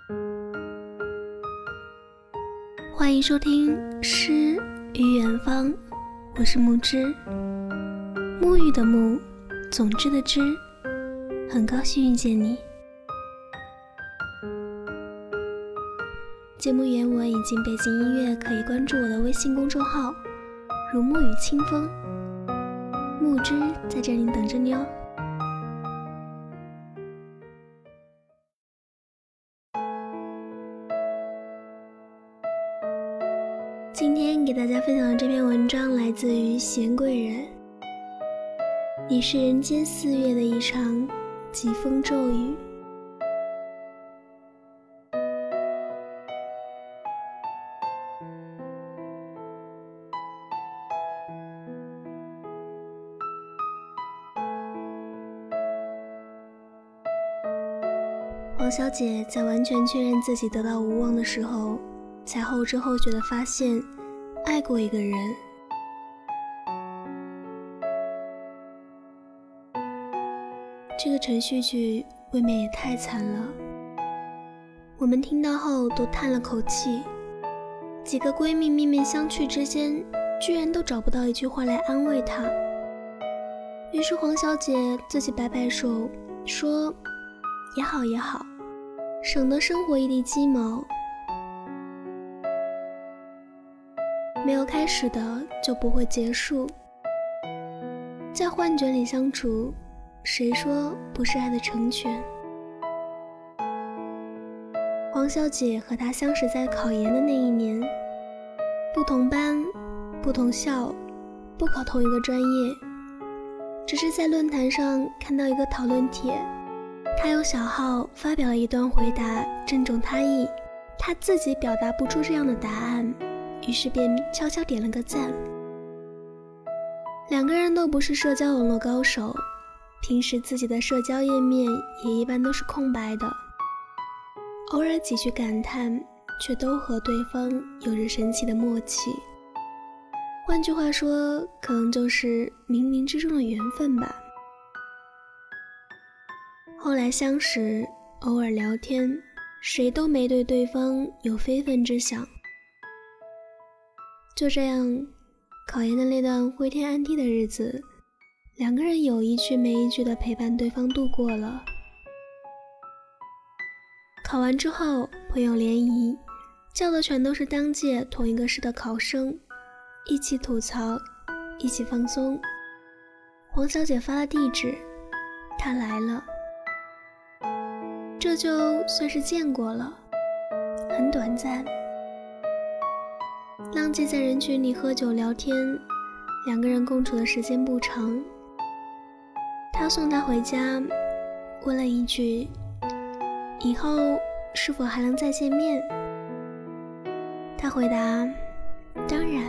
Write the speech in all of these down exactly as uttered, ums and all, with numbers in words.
欢迎收听诗与远方，我是木之，沐浴的沐，总之的之，很高兴遇见你。节目原文以及背景音乐可以关注我的微信公众号如沐与清风，木之在这里等着你哦。今天给大家分享的这篇文章来自于贤贵人。你是人间四月的一场疾风骤雨。黄小姐在完全确认自己得到无望的时候，才后知后觉地发现爱过一个人。这个程序剧未免也太惨了。我们听到后都叹了口气，几个闺蜜面面相觑之间，居然都找不到一句话来安慰她。于是黄小姐自己摆摆手说，也好也好，省得生活一地鸡毛。没有开始的就不会结束，在幻觉里相处，谁说不是爱的成全？黄小姐和他相识在考研的那一年，不同班，不同校，不考同一个专业，只是在论坛上看到一个讨论帖，他用小号发表了一段回答，正中他意，他自己表达不出这样的答案，于是便悄悄点了个赞。两个人都不是社交网络高手，平时自己的社交页面也一般都是空白的，偶尔几句感叹，却都和对方有着神奇的默契。换句话说，可能就是冥冥之中的缘分吧。后来相识，偶尔聊天，谁都没对对方有非分之想。就这样，考研的那段灰天暗地的日子，两个人有一句没一句的陪伴对方度过了。考完之后，朋友联谊，叫的全都是当届同一个市的考生，一起吐槽，一起放松。黄小姐发了地址，她来了，这就算是见过了，很短暂。浪迹在人群里喝酒聊天，两个人共处的时间不长。他送她回家，问了一句，以后是否还能再见面？她回答，当然。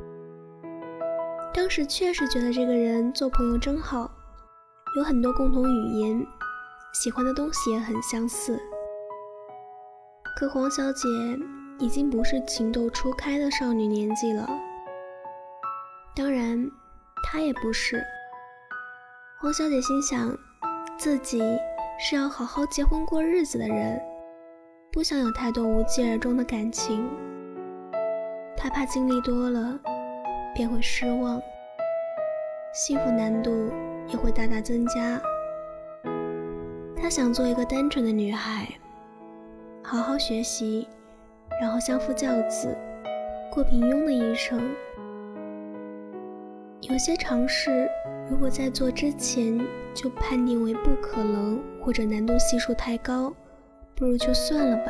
当时确实觉得这个人做朋友真好，有很多共同语言，喜欢的东西也很相似。可黄小姐已经不是情窦初开的少女年纪了，当然她也不是。黄小姐心想，自己是要好好结婚过日子的人，不想有太多无疾而终的感情。她怕经历多了便会失望，幸福难度也会大大增加。她想做一个单纯的女孩，好好学习，然后相夫教子，过平庸的一生。有些尝试如果在做之前就判定为不可能，或者难度系数太高，不如就算了吧。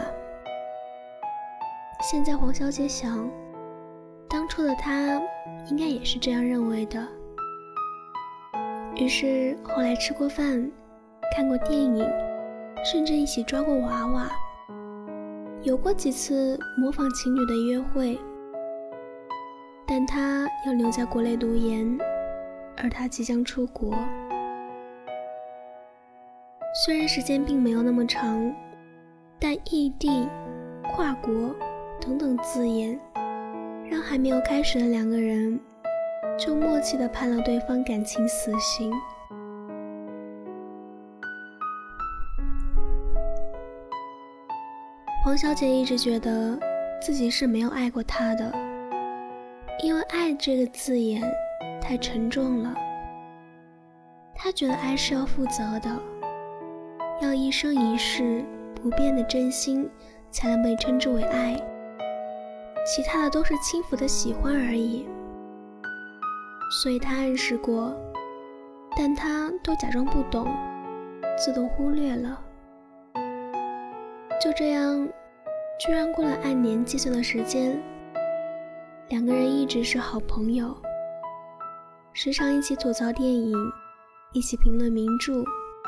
现在黄小姐想，当初的她应该也是这样认为的。于是后来吃过饭，看过电影，甚至一起抓过娃娃，有过几次模仿情侣的约会。但他要留在国内读研，而他即将出国。虽然时间并没有那么长，但异地、跨国等等字眼，让还没有开始的两个人就默契地判了对方感情死刑。 黄小姐一直觉得自己是没有爱过他的，因为爱这个字眼太沉重了。她觉得爱是要负责的，要一生一世不变的真心才能被称之为爱，其他的都是轻浮的喜欢而已。所以她暗示过，但她都假装不懂，自动忽略了。就这样，居然过了按年计算的时间，两个人一直是好朋友，时常一起吐槽电影，一起评论名著。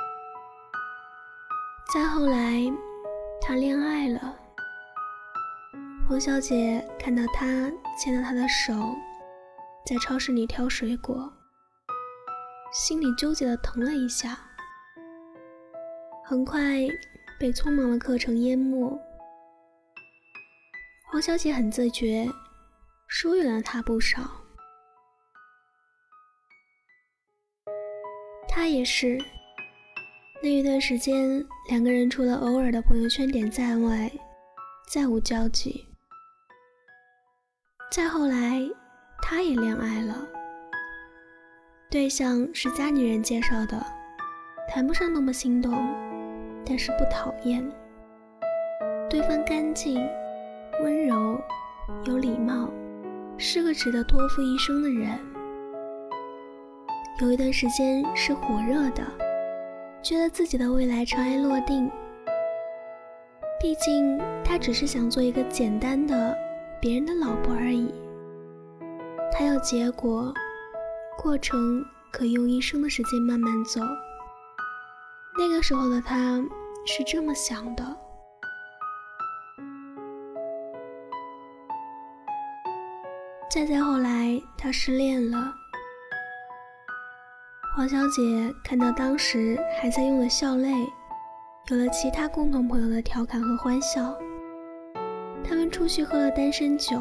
再后来，他恋爱了。黄小姐看到他牵着她的手，在超市里挑水果，心里纠结地疼了一下，很快被匆忙的课程淹没。黄小姐很自觉，疏远了他不少。他也是，那一段时间，两个人除了偶尔的朋友圈点赞外，再无交集。再后来，他也恋爱了，对象是家里人介绍的，谈不上那么心动，但是不讨厌。对方干净、温柔、有礼貌，是个值得托付一生的人。有一段时间是火热的，觉得自己的未来尘埃落定。毕竟他只是想做一个简单的别人的老婆而已，他要结果，过程可以用一生的时间慢慢走。那个时候的他是这么想的。再再后来，他失恋了。黄小姐看到当时还在用的笑泪，有了其他共同朋友的调侃和欢笑。他们出去喝了单身酒，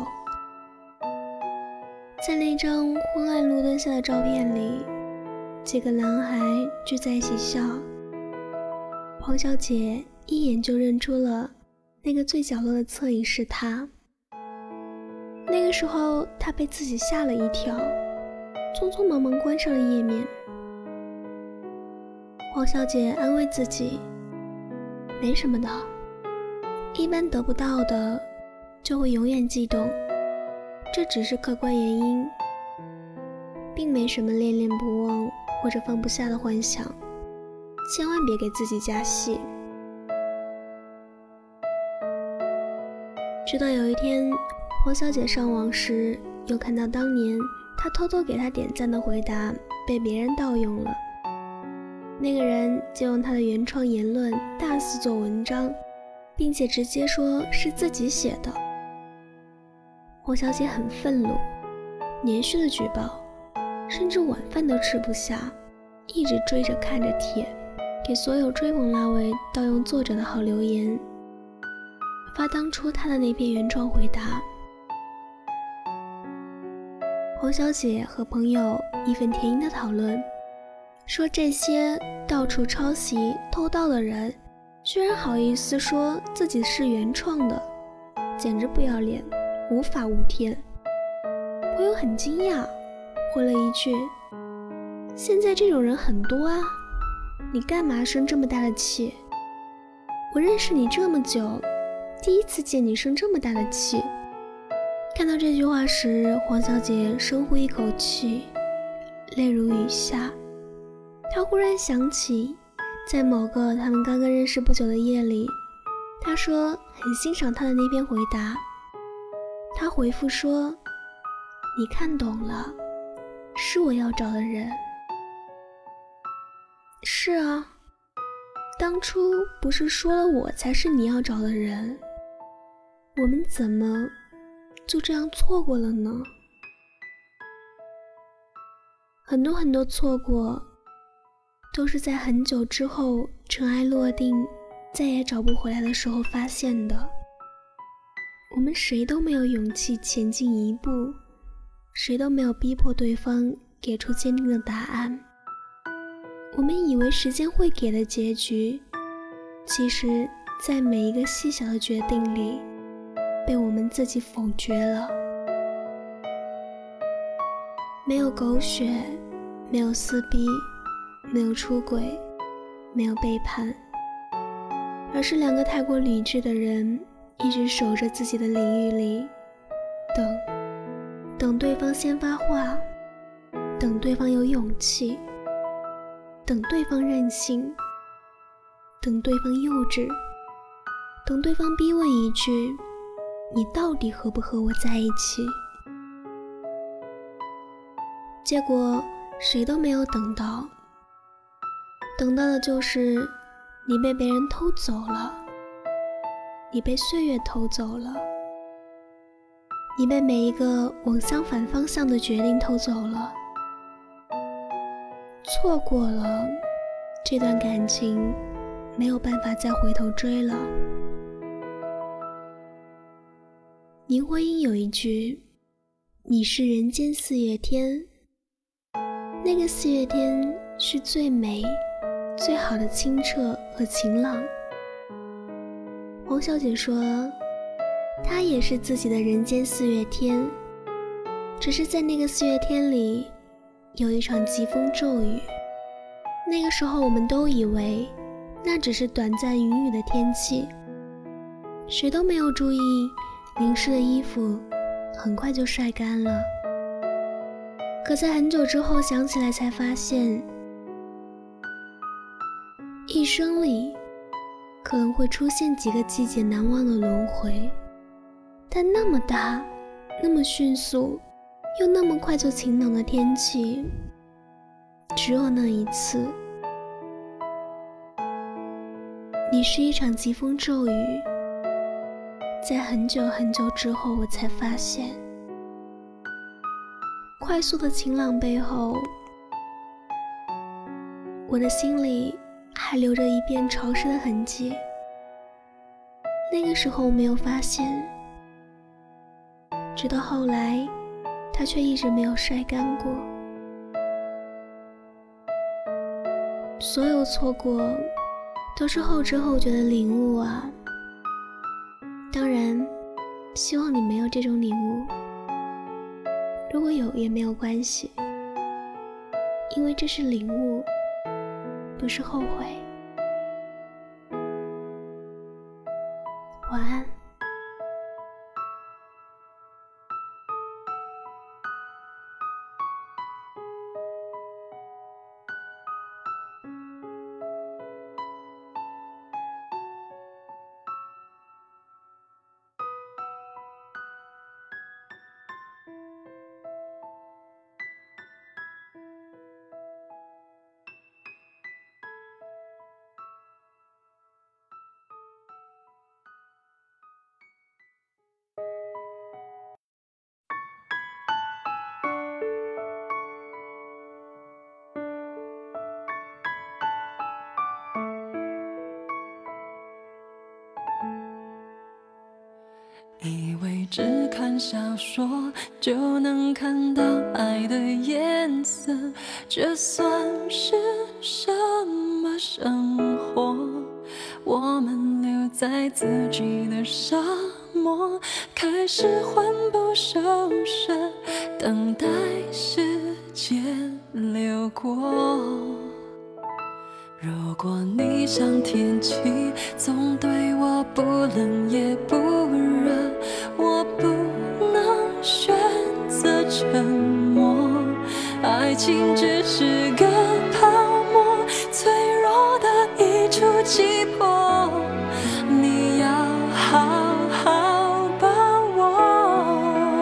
在那张昏暗路灯下的照片里，几个男孩聚在一起笑。黄小姐一眼就认出了那个最角落的侧影是他。那个时候她被自己吓了一跳，匆匆忙忙关上了页面。黄小姐安慰自己，没什么的，一般得不到的就会永远悸动，这只是客观原因，并没什么恋恋不忘或者放不下的幻想，千万别给自己加戏。直到有一天，黄小姐上网时，又看到当年她偷偷给她点赞的回答被别人盗用了。那个人就用她的原创言论大肆做文章，并且直接说是自己写的。黄小姐很愤怒，连续的举报，甚至晚饭都吃不下，一直追着看着帖，给所有追捧拉尾盗用作者的号留言，发当初她的那篇原创回答。黄小姐和朋友义愤填膺的讨论，说这些到处抄袭偷盗的人居然好意思说自己是原创的，简直不要脸，无法无天。朋友很惊讶，回了一句，现在这种人很多啊，你干嘛生这么大的气？我认识你这么久，第一次见你生这么大的气。看到这句话时，黄小姐深呼一口气，泪如雨下。她忽然想起，在某个他们刚刚认识不久的夜里，她说很欣赏他的那篇回答。他回复说，你看懂了，是我要找的人。是啊，当初不是说了我才是你要找的人，我们怎么就这样错过了呢？很多很多错过，都是在很久之后尘埃落定，再也找不回来的时候发现的。我们谁都没有勇气前进一步，谁都没有逼迫对方给出坚定的答案。我们以为时间会给的结局，其实在每一个细小的决定里被我们自己否决了。没有狗血，没有撕逼，没有出轨，没有背叛，而是两个太过理智的人一直守着自己的领域里，等等对方先发话，等对方有勇气，等对方任性，等对方幼稚，等对方逼问一句，你到底和不和我在一起？结果谁都没有等到，等到的就是你被别人偷走了，你被岁月偷走了，你被每一个往相反方向的决定偷走了。错过了这段感情，没有办法再回头追了。林徽因有一句，你是人间四月天，那个四月天是最美最好的清澈和晴朗。黄小姐说她也是自己的人间四月天，只是在那个四月天里有一场疾风骤雨，那个时候我们都以为那只是短暂云雨的天气，谁都没有注意淋湿的衣服很快就晒干了。可在很久之后想起来才发现，一生里可能会出现几个季节难忘的轮回，但那么大那么迅速又那么快就晴朗的天气，只有那一次。你是一场疾风骤雨，在很久很久之后我才发现，快速的晴朗背后，我的心里还留着一片潮湿的痕迹。那个时候我没有发现，直到后来它却一直没有晒干过。所有错过都是后知后觉的领悟啊，当然希望你没有这种领悟，如果有也没有关系，因为这是领悟，不是后悔。晚安。 以为只看小说就能看到爱的颜色，这算是什么生活？我们留在自己的沙漠，开始魂不守舍，等待时间流过。如果你像天气，总对我不冷也不热，我不能选择沉默。爱情只是个泡沫，脆弱的一触即破，你要好好把握。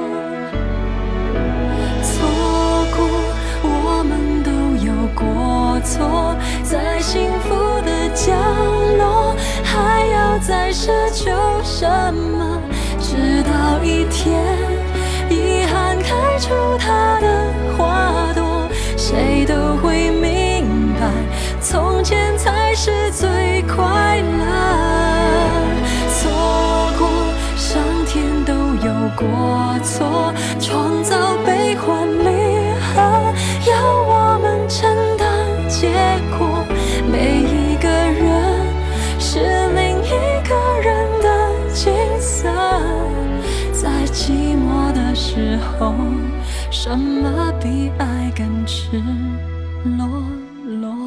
错过，我们都有过错，在幸福的角落，还要再奢求什么？直到一天，遗憾开出它的花朵，谁都会明白，从前才是最快乐。错过，上天都有过错，创造悲欢离合，要我们承担结果。每一个人是另一个时候，什么比爱更赤裸裸？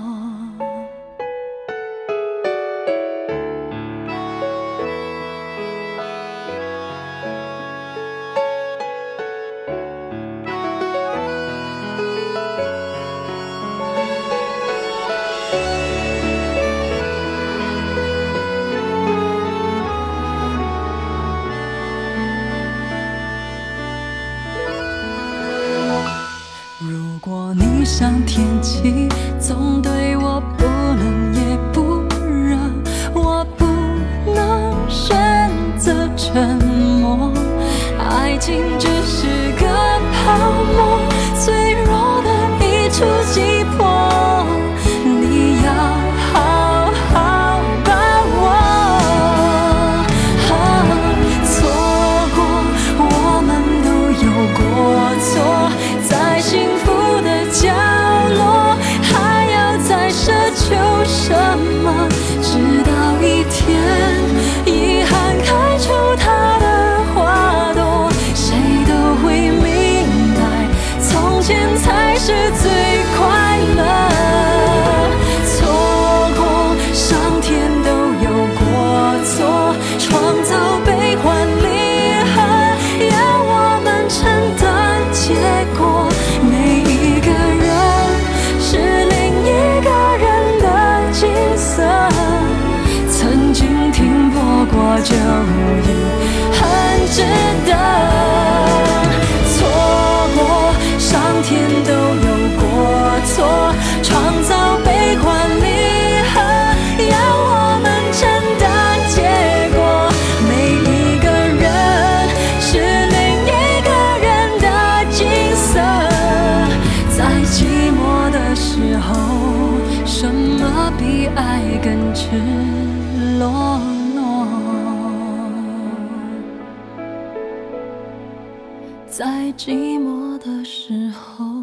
如果你像天气，总对我不冷也不热，我不能选择沉默。爱情只是个泡沫，脆弱的一触即破，你要好好把握。啊，错过，我们都有过错，在幸福的角落，还要再奢求什么？直到一天，遗憾开出它的花朵，谁都会明白，从前才是最快乐。错过，上天都有过错，创造悲欢离合，要我们承担结果。每一个人是另一个人的景色，曾经停泊过就已很值得。错过，上天都有过错，创造悲欢离合，要我们承担结果。每一个人是另一个人的景色，在寂寞的时候，什么比爱更赤裸裸？在寂寞的时候。